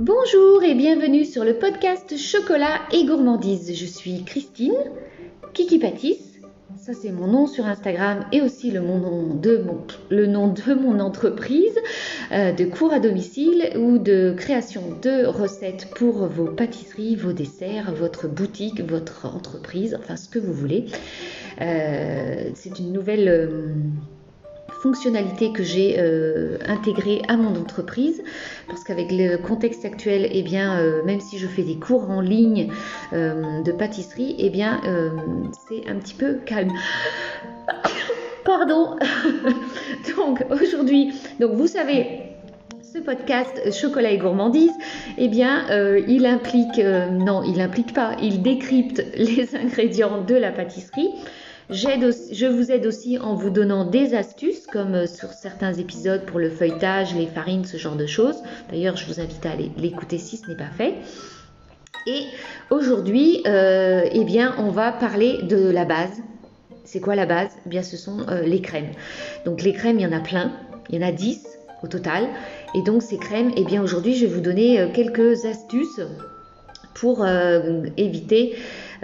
Bonjour et bienvenue sur le podcast Chocolat et Gourmandise. Je suis Christine, Kiki Pâtisse, ça c'est mon nom sur Instagram et aussi le nom de mon entreprise de cours à domicile ou de création de recettes pour vos pâtisseries, vos desserts, votre boutique, votre entreprise, enfin ce que vous voulez. C'est une nouvelle fonctionnalité que j'ai intégrée à mon entreprise parce qu'avec le contexte actuel, eh bien, même si je fais des cours en ligne de pâtisserie, eh bien, c'est un petit peu calme. Pardon. Donc aujourd'hui, vous savez, ce podcast Chocolat et Gourmandise, eh bien, il implique pas, il décrypte les ingrédients de la pâtisserie. Je vous aide aussi en vous donnant des astuces comme sur certains épisodes pour le feuilletage, les farines, ce genre de choses. D'ailleurs, je vous invite à aller l'écouter si ce n'est pas fait. Et aujourd'hui, eh bien, on va parler de la base. C'est quoi la base ? Eh bien, ce sont les crèmes. Donc les crèmes, il y en a plein. Il y en a 10 au total. Et donc ces crèmes, eh bien, aujourd'hui, je vais vous donner quelques astuces pour éviter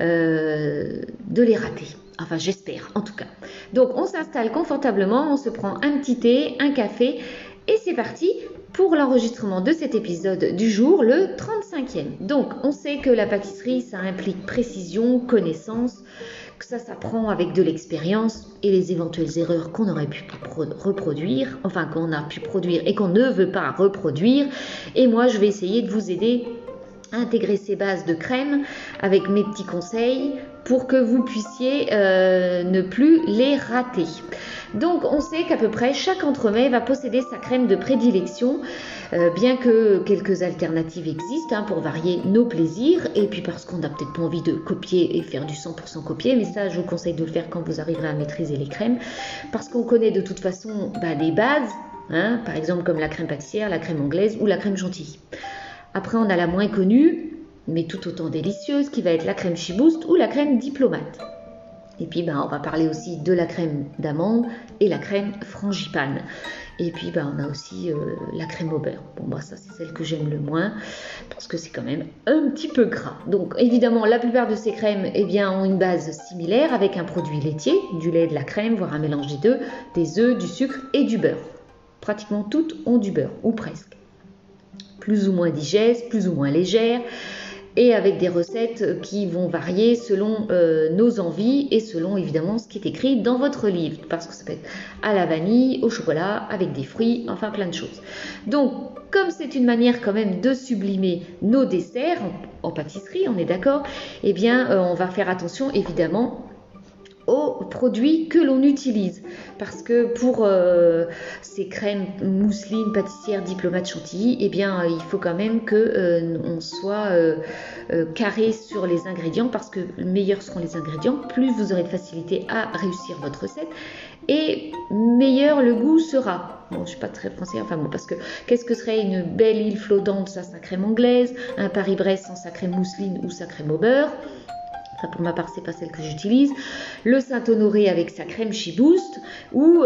de les rater. Enfin, j'espère, en tout cas. Donc, on s'installe confortablement, on se prend un petit thé, un café, et c'est parti pour l'enregistrement de cet épisode du jour, le 35e. Donc, on sait que la pâtisserie, ça implique précision, connaissance, que ça s'apprend avec de l'expérience et les éventuelles erreurs qu'on aurait pu reproduire, enfin, qu'on a pu produire et qu'on ne veut pas reproduire. Et moi, je vais essayer de vous aider à intégrer ces bases de crème avec mes petits conseils pour que vous puissiez ne plus les rater. Donc on sait qu'à peu près chaque entremets va posséder sa crème de prédilection, bien que quelques alternatives existent pour varier nos plaisirs, et puis parce qu'on n'a peut-être pas envie de copier et faire du 100% copier, mais ça je vous conseille de le faire quand vous arriverez à maîtriser les crèmes, parce qu'on connaît de toute façon les bases, par exemple comme la crème pâtissière, la crème anglaise ou la crème chantilly. Après, on a la moins connue, mais tout autant délicieuse, qui va être la crème Chiboost ou la crème Diplomate. Et puis, on va parler aussi de la crème d'amande et la crème frangipane. Et puis, on a aussi la crème au beurre. Bon, ça, c'est celle que j'aime le moins, parce que c'est quand même un petit peu gras. Donc, évidemment, la plupart de ces crèmes, ont une base similaire, avec un produit laitier, du lait, de la crème, voire un mélange des œufs, du sucre et du beurre. Pratiquement toutes ont du beurre, ou presque. Plus ou moins digestes, plus ou moins légères, et avec des recettes qui vont varier selon nos envies et selon évidemment ce qui est écrit dans votre livre, parce que ça peut être à la vanille, au chocolat, avec des fruits, enfin plein de choses. Donc, comme c'est une manière quand même de sublimer nos desserts en pâtisserie, on est d'accord, on va faire attention évidemment aux produits que l'on utilise, parce que pour ces crèmes mousseline, pâtissière, diplomate, chantilly, il faut quand même que on soit carré sur les ingrédients, parce que meilleurs seront les ingrédients, plus vous aurez de facilité à réussir votre recette et meilleur le goût sera. Bon, je suis pas très français, parce que qu'est-ce que serait une belle île flottante sans sa crème anglaise, un Paris-Brest sans sa crème mousseline ou sa crème au beurre. Enfin, pour ma part, c'est pas celle que j'utilise. Le Saint-Honoré avec sa crème Chiboost, ou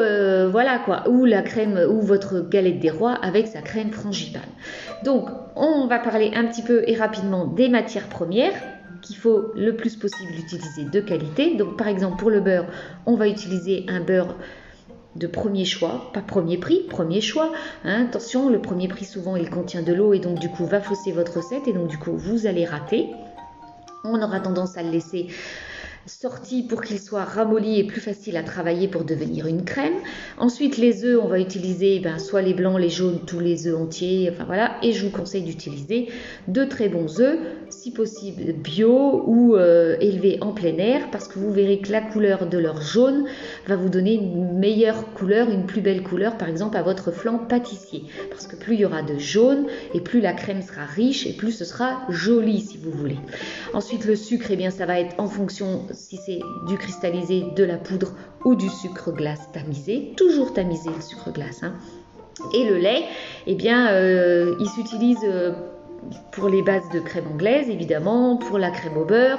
ou la crème, ou votre galette des rois avec sa crème frangipane. Donc, on va parler un petit peu et rapidement des matières premières qu'il faut le plus possible utiliser de qualité. Donc, par exemple, pour le beurre, on va utiliser un beurre de premier choix, pas premier prix, premier choix. Attention, le premier prix, souvent, il contient de l'eau et donc, du coup, va fausser votre recette et donc, du coup, vous allez rater. On aura tendance à le laisser sorti pour qu'il soit ramolli et plus facile à travailler pour devenir une crème. Ensuite, les œufs, on va utiliser soit les blancs, les jaunes, tous les œufs entiers, et je vous conseille d'utiliser de très bons œufs, si possible bio ou élevés en plein air, parce que vous verrez que la couleur de leur jaune va vous donner une meilleure couleur, une plus belle couleur, par exemple à votre flan pâtissier, parce que plus il y aura de jaune et plus la crème sera riche et plus ce sera joli si vous voulez. Ensuite, le sucre, ça va être en fonction si c'est du cristallisé, de la poudre ou du sucre glace tamisé, toujours tamisé le sucre glace. Et le lait, il s'utilise pour les bases de crème anglaise, évidemment, pour la crème au beurre,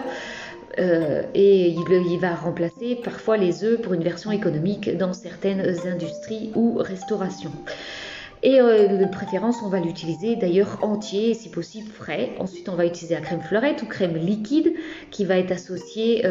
et il va remplacer parfois les œufs pour une version économique dans certaines industries ou restaurations. Et de préférence, on va l'utiliser d'ailleurs entier, et si possible frais. Ensuite, on va utiliser la crème fleurette ou crème liquide qui va être associée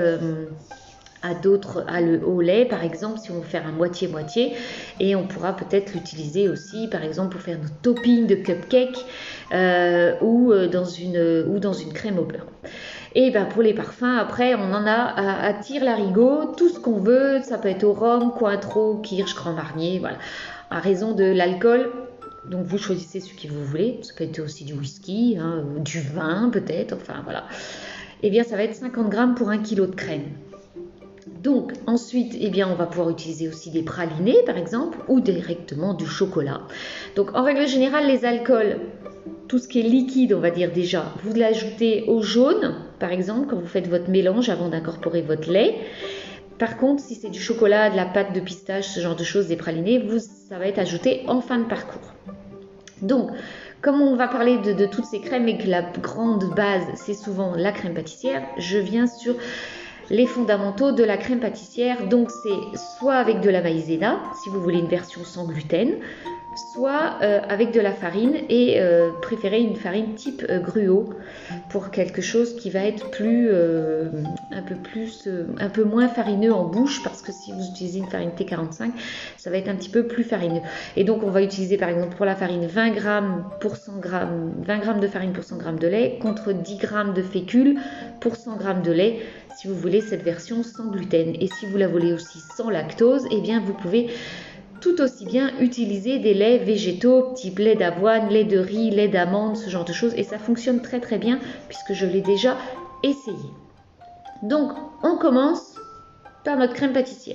au lait, par exemple, si on veut faire un moitié-moitié. Et on pourra peut-être l'utiliser aussi, par exemple, pour faire nos toppings de cupcake ou dans une crème au beurre. Et ben pour les parfums, après, on en a à tire-larigot, tout ce qu'on veut. Ça peut être au rhum, Cointreau, Kirsch, Grand Marnier, voilà. À raison de l'alcool, donc vous choisissez ce que vous voulez. Ça peut être aussi du whisky, hein, du vin peut-être, enfin voilà. Et bien ça va être 50 grammes pour 1 kg de crème. Donc ensuite, eh bien, on va pouvoir utiliser aussi des pralinés par exemple, ou directement du chocolat. Donc en règle générale, les alcools, tout ce qui est liquide, on va dire déjà, vous l'ajoutez au jaune, par exemple, quand vous faites votre mélange avant d'incorporer votre lait. Par contre, si c'est du chocolat, de la pâte de pistache, ce genre de choses, des pralinés, ça va être ajouté en fin de parcours. Donc, comme on va parler de toutes ces crèmes et que la grande base, c'est souvent la crème pâtissière, je viens sur les fondamentaux de la crème pâtissière. Donc, c'est soit avec de la maïzena, si vous voulez une version sans gluten, soit avec de la farine et préférez une farine type gruau pour quelque chose qui va être un peu moins farineux en bouche, parce que si vous utilisez une farine T45, ça va être un petit peu plus farineux. Et donc on va utiliser par exemple pour la farine 20 g de farine pour 100 g de lait contre 10 g de fécule pour 100 g de lait, si vous voulez cette version sans gluten. Et si vous la voulez aussi sans lactose, eh bien vous pouvez tout aussi bien utiliser des laits végétaux, type lait d'avoine, lait de riz, lait d'amande, ce genre de choses. Et ça fonctionne très très bien puisque je l'ai déjà essayé. Donc, on commence par notre crème pâtissière.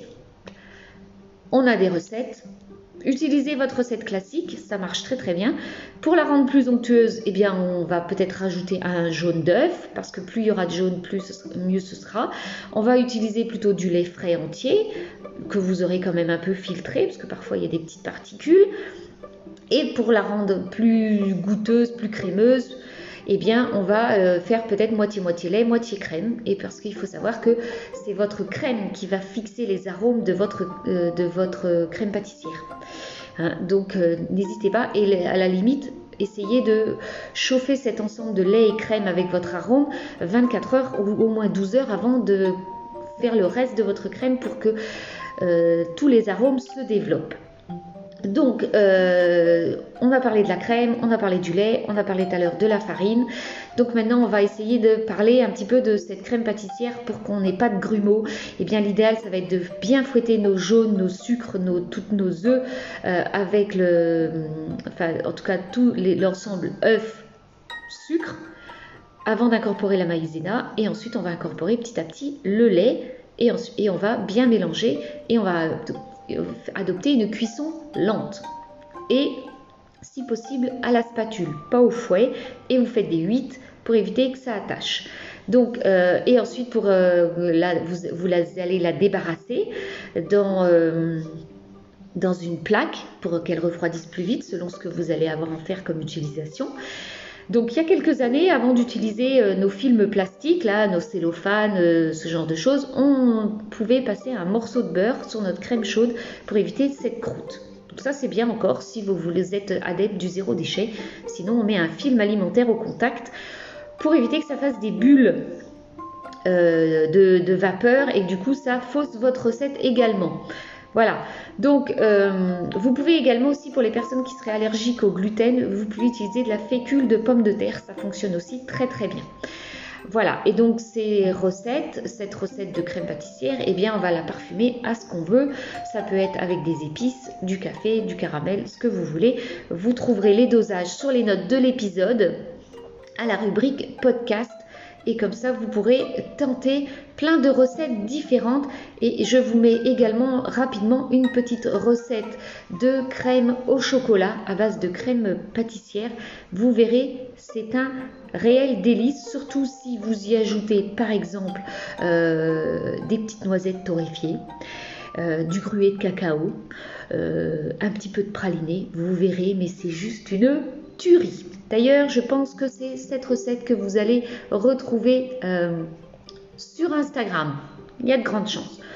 On a des recettes. Utilisez votre recette classique, ça marche très très bien. Pour la rendre plus onctueuse, eh bien, on va peut-être rajouter un jaune d'œuf, parce que plus il y aura de jaune, mieux ce sera. On va utiliser plutôt du lait frais entier, que vous aurez quand même un peu filtré, parce que parfois il y a des petites particules. Et pour la rendre plus goûteuse, plus crémeuse, eh bien, on va faire peut-être moitié-moitié lait, moitié crème. Et parce qu'il faut savoir que c'est votre crème qui va fixer les arômes de votre crème pâtissière. Hein, donc, n'hésitez pas. Et à la limite, essayez de chauffer cet ensemble de lait et crème avec votre arôme 24 heures ou au moins 12 heures avant de faire le reste de votre crème pour que tous les arômes se développent. Donc, on a parlé de la crème, on a parlé du lait, on a parlé tout à l'heure de la farine. Donc maintenant, on va essayer de parler un petit peu de cette crème pâtissière pour qu'on n'ait pas de grumeaux. Et bien, l'idéal, ça va être de bien fouetter nos jaunes, nos sucres, toutes nos œufs avec en tout cas, l'ensemble œufs, sucre, avant d'incorporer la maïzena. Et ensuite, on va incorporer petit à petit le lait et on va bien mélanger et on va adopter une cuisson lente et si possible à la spatule, pas au fouet, et vous faites des 8 pour éviter que ça attache. Donc, et ensuite vous allez la débarrasser dans une plaque pour qu'elle refroidisse plus vite selon ce que vous allez avoir à faire comme utilisation. Donc il y a quelques années, avant d'utiliser nos films plastiques, là, nos cellophanes, ce genre de choses, on pouvait passer un morceau de beurre sur notre crème chaude pour éviter cette croûte. Donc ça c'est bien encore si vous êtes adepte du zéro déchet. Sinon on met un film alimentaire au contact pour éviter que ça fasse des bulles de vapeur et que du coup ça fausse votre recette également. Voilà, donc vous pouvez également aussi, pour les personnes qui seraient allergiques au gluten, vous pouvez utiliser de la fécule de pommes de terre, ça fonctionne aussi très très bien. Voilà, et donc cette recette de crème pâtissière, eh bien on va la parfumer à ce qu'on veut. Ça peut être avec des épices, du café, du caramel, ce que vous voulez. Vous trouverez les dosages sur les notes de l'épisode à la rubrique podcast. Et comme ça, vous pourrez tenter plein de recettes différentes. Et je vous mets également rapidement une petite recette de crème au chocolat à base de crème pâtissière. Vous verrez, c'est un réel délice, surtout si vous y ajoutez par exemple des petites noisettes torréfiées, du gruau de cacao, un petit peu de praliné. Vous verrez, mais c'est juste une tuerie. D'ailleurs, je pense que c'est cette recette que vous allez retrouver sur Instagram. Il y a de grandes chances.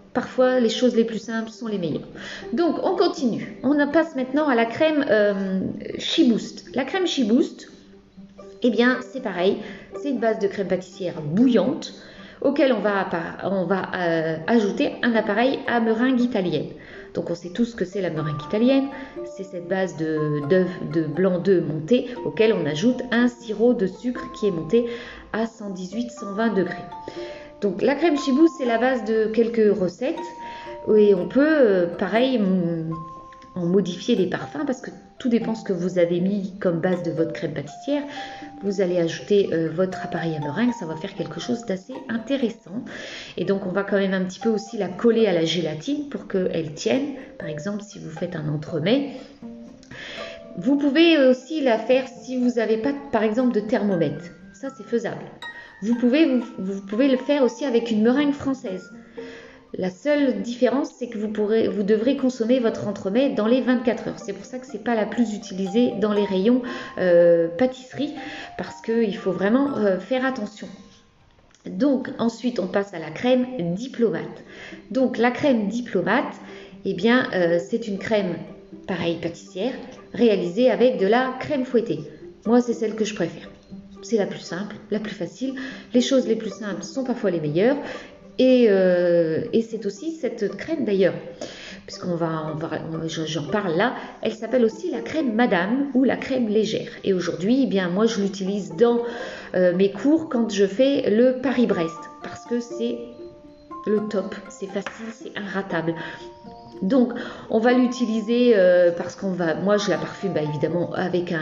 parfois les choses les plus simples sont les meilleures. Donc on continue. On passe maintenant à la crème Sheboost. La crème Sheboost, eh bien c'est pareil, c'est une base de crème pâtissière bouillante auquel on va ajouter un appareil à meringue italienne. Donc on sait tous ce que c'est la meringue italienne, c'est cette base de blanc d'œuf monté auquel on ajoute un sirop de sucre qui est monté à 118-120 degrés. Donc la crème Sheboost, c'est la base de quelques recettes et on peut pareil en modifier les parfums parce que tout dépend ce que vous avez mis comme base de votre crème pâtissière. Vous allez ajouter votre appareil à meringue, ça va faire quelque chose d'assez intéressant. Et donc on va quand même un petit peu aussi la coller à la gélatine pour qu'elle tienne. Par exemple, si vous faites un entremets, vous pouvez aussi la faire si vous n'avez pas par exemple de thermomètre. Ça c'est faisable. Vous pouvez le faire aussi avec une meringue française. La seule différence, c'est que vous devrez consommer votre entremets dans les 24 heures. C'est pour ça que ce n'est pas la plus utilisée dans les rayons pâtisserie, parce qu'il faut vraiment faire attention. Donc ensuite, on passe à la crème diplomate. Donc la crème diplomate, eh bien, c'est une crème, pareil, pâtissière, réalisée avec de la crème fouettée. Moi, c'est celle que je préfère. C'est la plus simple, la plus facile. Les choses les plus simples sont parfois les meilleures. Et c'est aussi cette crème d'ailleurs, puisqu'on j'en parle là, elle s'appelle aussi la crème Madame ou la crème légère. Et aujourd'hui, eh bien moi je l'utilise dans mes cours quand je fais le Paris-Brest, parce que c'est le top, c'est facile, c'est inratable. Donc on va l'utiliser parce moi je la parfume évidemment avec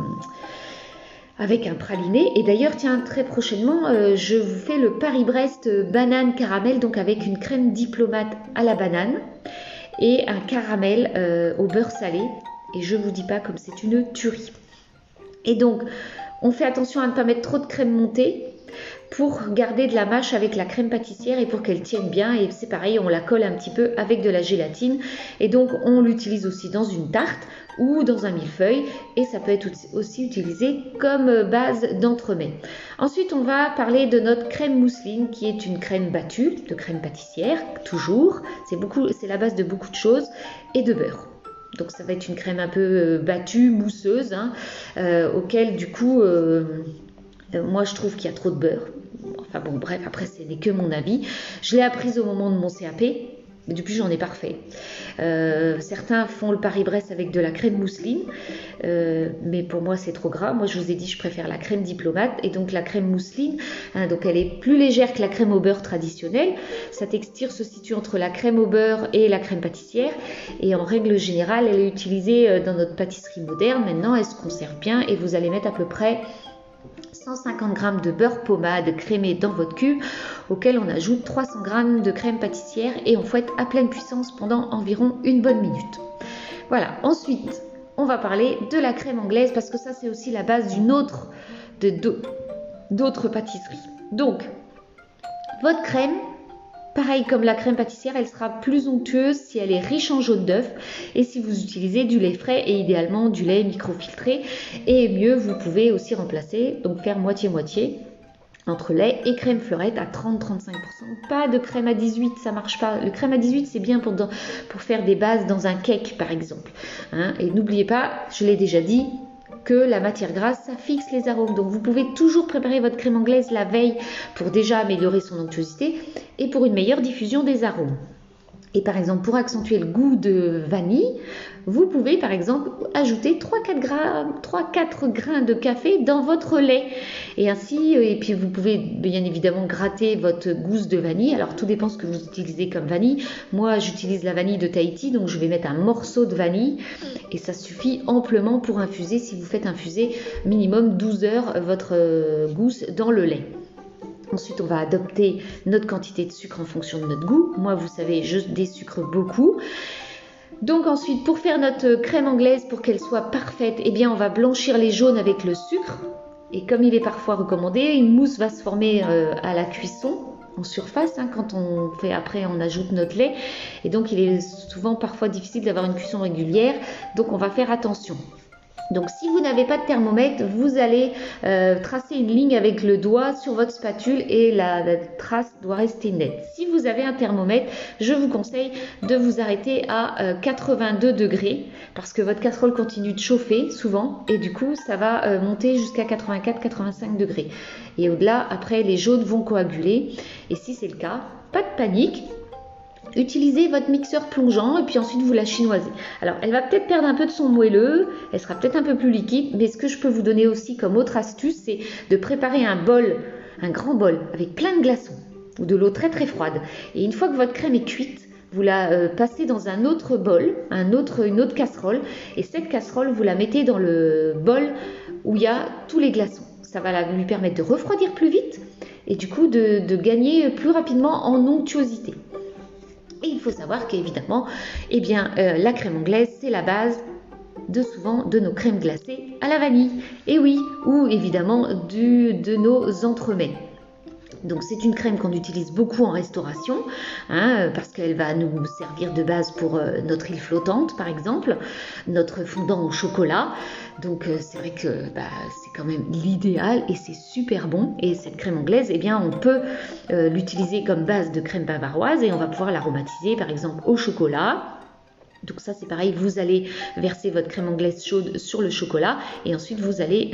un praliné. Et d'ailleurs, tiens, très prochainement, je vous fais le Paris-Brest banane caramel, donc avec une crème diplomate à la banane et un caramel au beurre salé. Et je vous dis pas comme c'est une tuerie. Et donc, on fait attention à ne pas mettre trop de crème montée pour garder de la mâche avec la crème pâtissière et pour qu'elle tienne bien. Et c'est pareil, on la colle un petit peu avec de la gélatine. Et donc, on l'utilise aussi dans une tarte ou dans un millefeuille, et ça peut être aussi utilisé comme base d'entremet. Ensuite, on va parler de notre crème mousseline, qui est une crème battue de crème pâtissière, toujours. C'est la base de beaucoup de choses, et de beurre. Donc ça va être une crème un peu battue, mousseuse, auquel du coup, moi je trouve qu'il y a trop de beurre. Enfin bon, bref, après ce n'est que mon avis. Je l'ai apprise au moment de mon CAP. Mais depuis, j'en ai pas refait. Certains font le Paris-Brest avec de la crème mousseline, mais pour moi, c'est trop gras. Moi, je vous ai dit, je préfère la crème diplomate. Et donc, la crème mousseline, donc elle est plus légère que la crème au beurre traditionnelle. Sa texture se situe entre la crème au beurre et la crème pâtissière. Et en règle générale, elle est utilisée dans notre pâtisserie moderne. Maintenant, elle se conserve bien et vous allez mettre à peu près 150 g de beurre pommade crémé dans votre cube, auquel on ajoute 300 g de crème pâtissière et on fouette à pleine puissance pendant environ une bonne minute. Voilà, ensuite on va parler de la crème anglaise parce que ça c'est aussi la base d'autres pâtisseries. Donc, votre crème, pareil comme la crème pâtissière, elle sera plus onctueuse si elle est riche en jaune d'œuf et si vous utilisez du lait frais et idéalement du lait microfiltré. Et mieux, vous pouvez aussi remplacer, donc faire moitié-moitié entre lait et crème fleurette à 30-35%. Pas de crème à 18, ça marche pas. Le crème à 18, c'est bien pour faire des bases dans un cake par exemple. Et n'oubliez pas, je l'ai déjà dit, que la matière grasse, ça fixe les arômes. Donc vous pouvez toujours préparer votre crème anglaise la veille pour déjà améliorer son onctuosité et pour une meilleure diffusion des arômes. Et par exemple, pour accentuer le goût de vanille, vous pouvez par exemple ajouter 3-4 grains de café dans votre lait. Et puis vous pouvez bien évidemment gratter votre gousse de vanille. Alors tout dépend ce que vous utilisez comme vanille. Moi j'utilise la vanille de Tahiti, donc je vais mettre un morceau de vanille. Et ça suffit amplement pour infuser, si vous faites infuser minimum 12 heures votre gousse dans le lait. Ensuite, on va adopter notre quantité de sucre en fonction de notre goût. Moi, vous savez, je désucre beaucoup. Donc ensuite, pour faire notre crème anglaise, pour qu'elle soit parfaite, eh bien, on va blanchir les jaunes avec le sucre. Et comme il est parfois recommandé, une mousse va se former à la cuisson en surface. Quand on ajoute notre lait. Et donc, il est souvent parfois difficile d'avoir une cuisson régulière. Donc, on va faire attention. Donc si vous n'avez pas de thermomètre, vous allez tracer une ligne avec le doigt sur votre spatule et la trace doit rester nette. Si vous avez un thermomètre, je vous conseille de vous arrêter à 82 degrés parce que votre casserole continue de chauffer souvent et du coup ça va monter jusqu'à 84-85 degrés. Et au-delà, après les jaunes vont coaguler et si c'est le cas, pas de panique. Utilisez votre mixeur plongeant et puis ensuite vous la chinoisez. Alors elle va peut-être perdre un peu de son moelleux, elle sera peut-être un peu plus liquide, mais ce que je peux vous donner aussi comme autre astuce, c'est de préparer un bol, un grand bol avec plein de glaçons ou de l'eau très très froide. Et une fois que votre crème est cuite, vous la passez dans un autre bol, une autre casserole, et cette casserole vous la mettez dans le bol où il y a tous les glaçons. Ça va lui permettre de refroidir plus vite et du coup de gagner plus rapidement en onctuosité. Et il faut savoir qu'évidemment, la crème anglaise, c'est la base souvent de nos crèmes glacées à la vanille. Et oui, ou évidemment de nos entremets. Donc c'est une crème qu'on utilise beaucoup en restauration parce qu'elle va nous servir de base pour notre île flottante par exemple, notre fondant au chocolat. Donc c'est vrai que c'est quand même l'idéal et c'est super bon. Et cette crème anglaise, on peut l'utiliser comme base de crème bavaroise et on va pouvoir l'aromatiser par exemple au chocolat. Donc ça c'est pareil, vous allez verser votre crème anglaise chaude sur le chocolat et ensuite vous allez,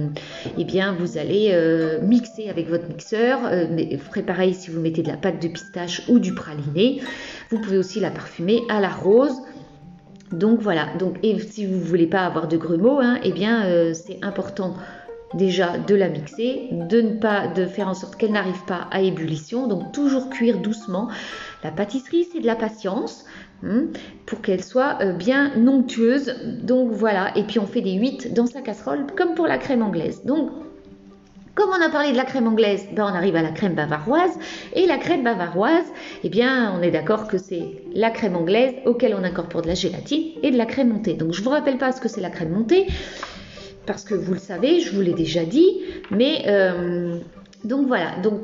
mixer avec votre mixeur. Ferez pareil si vous mettez de la pâte de pistache ou du praliné. Vous pouvez aussi la parfumer à la rose. Donc voilà, et si vous ne voulez pas avoir de grumeaux, c'est important déjà de la mixer, de faire en sorte qu'elle n'arrive pas à ébullition, donc toujours cuire doucement. La pâtisserie, c'est de la patience pour qu'elle soit bien onctueuse. Donc voilà, et puis on fait des 8 dans sa casserole comme pour la crème anglaise. Donc comme on a parlé de la crème anglaise, on arrive à la crème bavaroise. Et la crème bavaroise, on est d'accord que c'est la crème anglaise auquel on incorpore de la gélatine et de la crème montée. Donc je ne vous rappelle pas ce que c'est la crème montée, parce que vous le savez, je vous l'ai déjà dit. Mais donc voilà, donc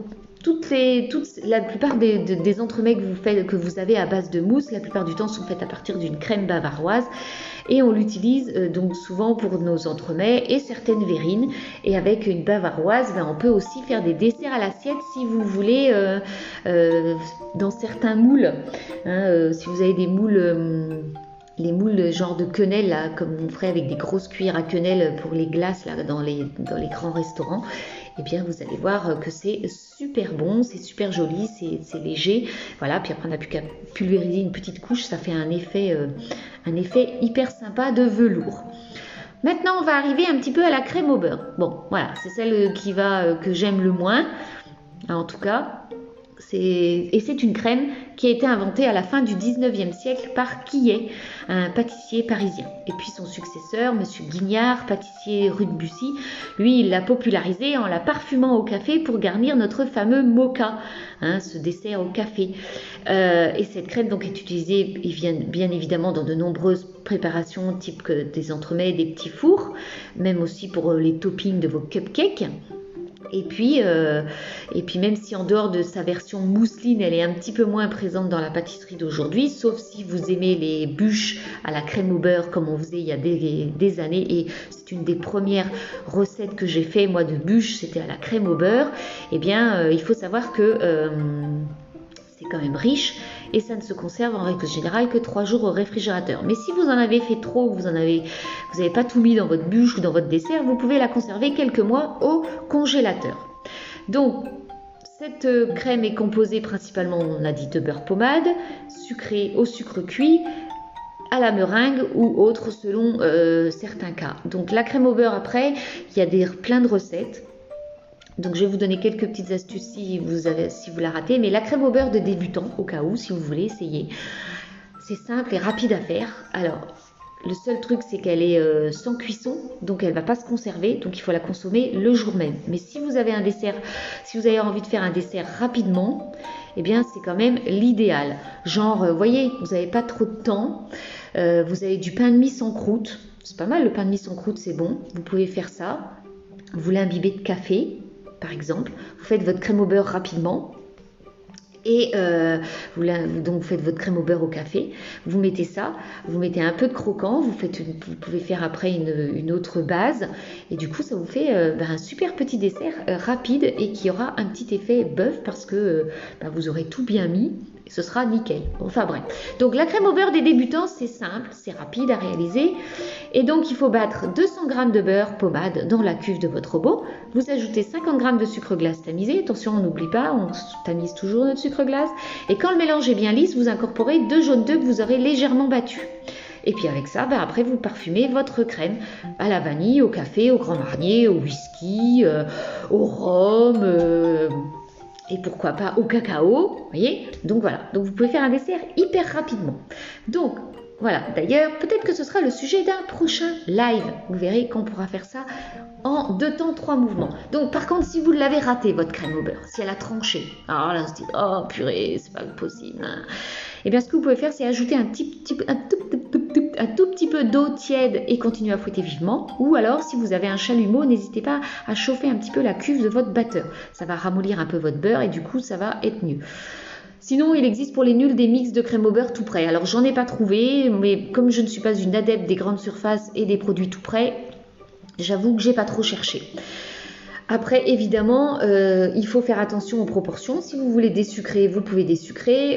la plupart des entremets que vous avez à base de mousse, la plupart du temps sont faites à partir d'une crème bavaroise. Et on l'utilise donc souvent pour nos entremets et certaines verrines. Et avec une bavaroise, on peut aussi faire des desserts à l'assiette si vous voulez dans certains moules. Si vous avez des moules, les moules genre de quenelle, là, comme on ferait avec des grosses cuillères à quenelle pour les glaces là, dans les grands restaurants, vous allez voir que c'est super bon, c'est super joli, c'est léger. Voilà, puis après on n'a plus qu'à pulvériser une petite couche, ça fait un effet hyper sympa de velours. Maintenant, on va arriver un petit peu à la crème au beurre. Bon, voilà, c'est celle que j'aime le moins, en tout cas. C'est une crème qui a été inventée à la fin du 19e siècle par Quillet, un pâtissier parisien. Et puis son successeur, Monsieur Guignard, pâtissier rue de Bussy, lui, il l'a popularisée en la parfumant au café pour garnir notre fameux moka, ce dessert au café. Et cette crème donc est utilisée bien évidemment dans de nombreuses préparations, type que des entremets, des petits fours, même aussi pour les toppings de vos cupcakes. Et puis même si en dehors de sa version mousseline, elle est un petit peu moins présente dans la pâtisserie d'aujourd'hui, sauf si vous aimez les bûches à la crème au beurre comme on faisait il y a des années. Et c'est une des premières recettes que j'ai fait moi de bûches, c'était à la crème au beurre. Il faut savoir que c'est quand même riche et ça ne se conserve en règle générale que 3 jours au réfrigérateur. Mais si vous en avez fait trop, vous n'avez pas tout mis dans votre bûche ou dans votre dessert, vous pouvez la conserver quelques mois au congélateur. Donc, cette crème est composée principalement, on a dit, de beurre pommade, sucré au sucre cuit, à la meringue ou autre selon certains cas. Donc la crème au beurre, après, il y a plein de recettes. Donc je vais vous donner quelques petites astuces si vous la ratez. Mais la crème au beurre de débutant, au cas où, si vous voulez essayer, c'est simple et rapide à faire. Alors, le seul truc, c'est qu'elle est sans cuisson, donc elle ne va pas se conserver. Donc il faut la consommer le jour même. Mais si vous avez envie de faire un dessert rapidement, c'est quand même l'idéal. Genre, vous voyez, vous n'avez pas trop de temps, vous avez du pain de mie sans croûte. C'est pas mal, le pain de mie sans croûte, c'est bon. Vous pouvez faire ça. Vous l'imbibez de café, par exemple. Vous faites votre crème au beurre rapidement. Et donc vous faites votre crème au beurre au café, vous mettez ça, vous mettez un peu de croquant, vous pouvez faire après une autre base, et du coup ça vous fait un super petit dessert rapide et qui aura un petit effet bœuf parce que vous aurez tout bien mis. Et ce sera nickel. Enfin bref. Donc la crème au beurre des débutants, c'est simple, c'est rapide à réaliser. Et donc il faut battre 200 g de beurre pommade dans la cuve de votre robot. Vous ajoutez 50 g de sucre glace tamisé. Attention, on n'oublie pas, on tamise toujours notre sucre glace. Et quand le mélange est bien lisse, vous incorporez 2 jaunes d'œufs que vous aurez légèrement battus. Et puis avec ça, après vous parfumez votre crème à la vanille, au café, au Grand Marnier, au whisky, au rhum... et pourquoi pas au cacao, vous voyez. Donc voilà, donc vous pouvez faire un dessert hyper rapidement. Donc voilà, d'ailleurs, peut-être que ce sera le sujet d'un prochain live. Vous verrez qu'on pourra faire ça en 2 temps, 3 mouvements. Donc par contre, si vous l'avez raté, votre crème au beurre, si elle a tranché, alors là on se dit, oh purée, c'est pas possible. Et bien ce que vous pouvez faire, c'est ajouter un tout petit peu d'eau tiède et continuer à fouetter vivement. Ou alors, si vous avez un chalumeau, n'hésitez pas à chauffer un petit peu la cuve de votre batteur. Ça va ramollir un peu votre beurre et du coup, ça va être mieux. Sinon, il existe pour les nuls des mix de crème au beurre tout prêt. Alors, j'en ai pas trouvé, mais comme je ne suis pas une adepte des grandes surfaces et des produits tout prêts, j'avoue que j'ai pas trop cherché. Après, évidemment, il faut faire attention aux proportions. Si vous voulez désucrer, vous pouvez désucrer.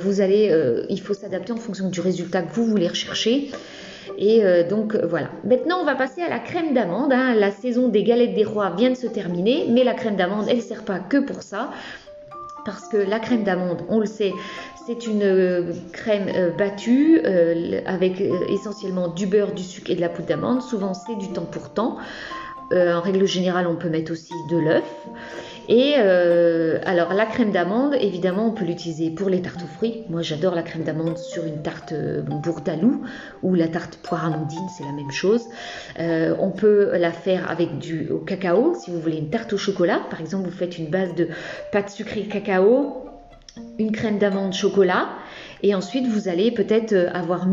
Il faut s'adapter en fonction du résultat que vous voulez rechercher. Et donc, voilà. Maintenant, on va passer à la crème d'amande. La saison des galettes des rois vient de se terminer. Mais la crème d'amande, elle ne sert pas que pour ça. Parce que la crème d'amande, on le sait, c'est une crème battue avec essentiellement du beurre, du sucre et de la poudre d'amande. Souvent, c'est du temps pour temps. En règle générale, on peut mettre aussi de l'œuf. Et alors, la crème d'amande, évidemment, on peut l'utiliser pour les tartes aux fruits. Moi, j'adore la crème d'amande sur une tarte bourdaloue ou la tarte poire amandine, c'est la même chose. On peut la faire avec au cacao, si vous voulez une tarte au chocolat. Par exemple, vous faites une base de pâte sucrée cacao, une crème d'amande chocolat. Et ensuite, vous allez peut-être avoir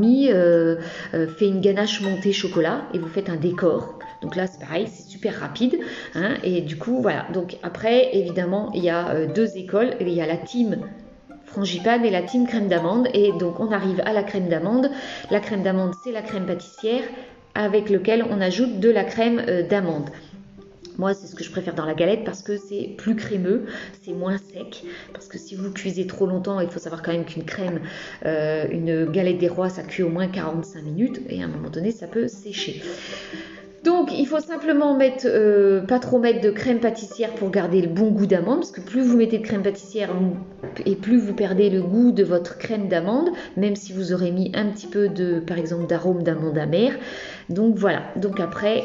fait une ganache montée chocolat et vous faites un décor. Donc là, c'est pareil, c'est super rapide. Et du coup, voilà. Donc après, évidemment, il y a 2 écoles. Il y a la team frangipane et la team crème d'amande. Et donc, on arrive à la crème d'amande. La crème d'amande, c'est la crème pâtissière avec laquelle on ajoute de la crème d'amande. Moi, c'est ce que je préfère dans la galette parce que c'est plus crémeux, c'est moins sec. Parce que si vous cuisez trop longtemps, il faut savoir quand même qu'une crème, une galette des rois, ça cuit au moins 45 minutes. Et à un moment donné, ça peut sécher. Donc, il faut simplement pas trop mettre de crème pâtissière pour garder le bon goût d'amande, parce que plus vous mettez de crème pâtissière et plus vous perdez le goût de votre crème d'amande, même si vous aurez mis un petit peu par exemple, d'arôme d'amande amère. Donc voilà. Donc après,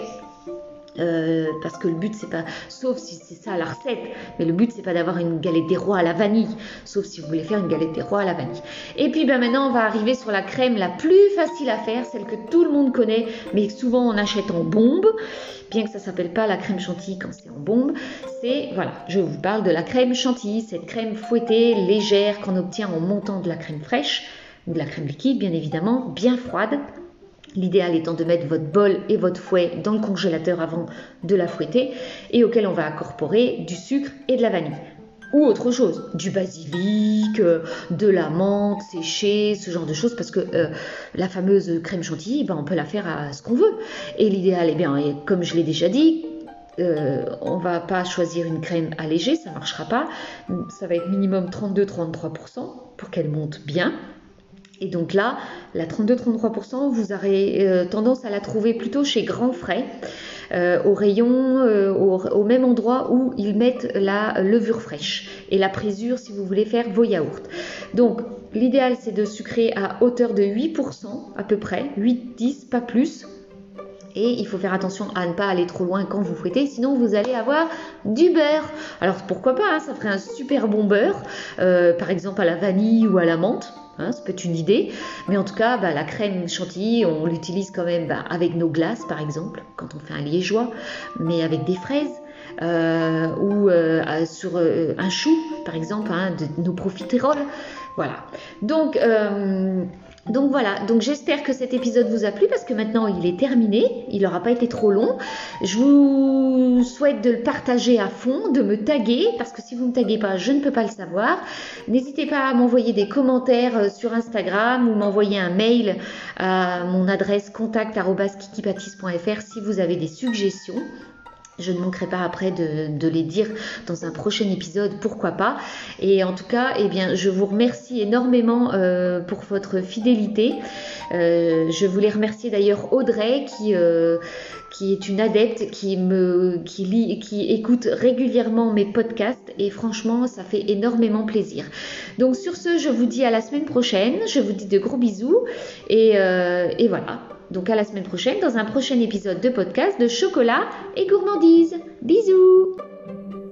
parce que le but c'est pas, sauf si c'est ça la recette, mais le but c'est pas d'avoir une galette des rois à la vanille, sauf si vous voulez faire une galette des rois à la vanille. Et puis maintenant on va arriver sur la crème la plus facile à faire, celle que tout le monde connaît, mais souvent on achète en bombe, bien que ça s'appelle pas la crème chantilly quand c'est en bombe. C'est, voilà, je vous parle de la crème chantilly, cette crème fouettée, légère, qu'on obtient en montant de la crème fraîche, ou de la crème liquide bien évidemment, bien froide. L'idéal étant de mettre votre bol et votre fouet dans le congélateur avant de la fouetter et auquel on va incorporer du sucre et de la vanille. Ou autre chose, du basilic, de la menthe séchée, ce genre de choses, parce que la fameuse crème chantilly, on peut la faire à ce qu'on veut. Et l'idéal, comme je l'ai déjà dit, on va pas choisir une crème allégée, ça marchera pas. Ça va être minimum 32-33% pour qu'elle monte bien. Et donc là, la 32-33%, vous aurez tendance à la trouver plutôt chez Grand Frais, au rayon, au même endroit où ils mettent la levure fraîche et la présure si vous voulez faire vos yaourts. Donc l'idéal c'est de sucrer à hauteur de 8% à peu près, 8-10, pas plus. Et il faut faire attention à ne pas aller trop loin quand vous fouettez, sinon vous allez avoir du beurre. Alors pourquoi pas, ça ferait un super bon beurre, par exemple à la vanille ou à la menthe. Ça peut être une idée, mais en tout cas la crème chantilly on l'utilise quand même avec nos glaces par exemple quand on fait un liégeois, mais avec des fraises ou sur un chou par exemple, de nos profiteroles. Voilà, donc Donc voilà, donc j'espère que cet épisode vous a plu parce que maintenant il est terminé, il n'aura pas été trop long. Je vous souhaite de le partager à fond, de me taguer parce que si vous ne me taguez pas, je ne peux pas le savoir. N'hésitez pas à m'envoyer des commentaires sur Instagram ou m'envoyer un mail à mon adresse contact@kikipatis.fr si vous avez des suggestions. Je ne manquerai pas après de les dire dans un prochain épisode, pourquoi pas. Et en tout cas, eh bien, je vous remercie énormément pour votre fidélité. Je voulais remercier d'ailleurs Audrey qui est une adepte qui écoute régulièrement mes podcasts et franchement, ça fait énormément plaisir. Donc sur ce, je vous dis à la semaine prochaine. Je vous dis de gros bisous et voilà. Donc à la semaine prochaine dans un prochain épisode de podcast de Chocolat et Gourmandise. Bisous!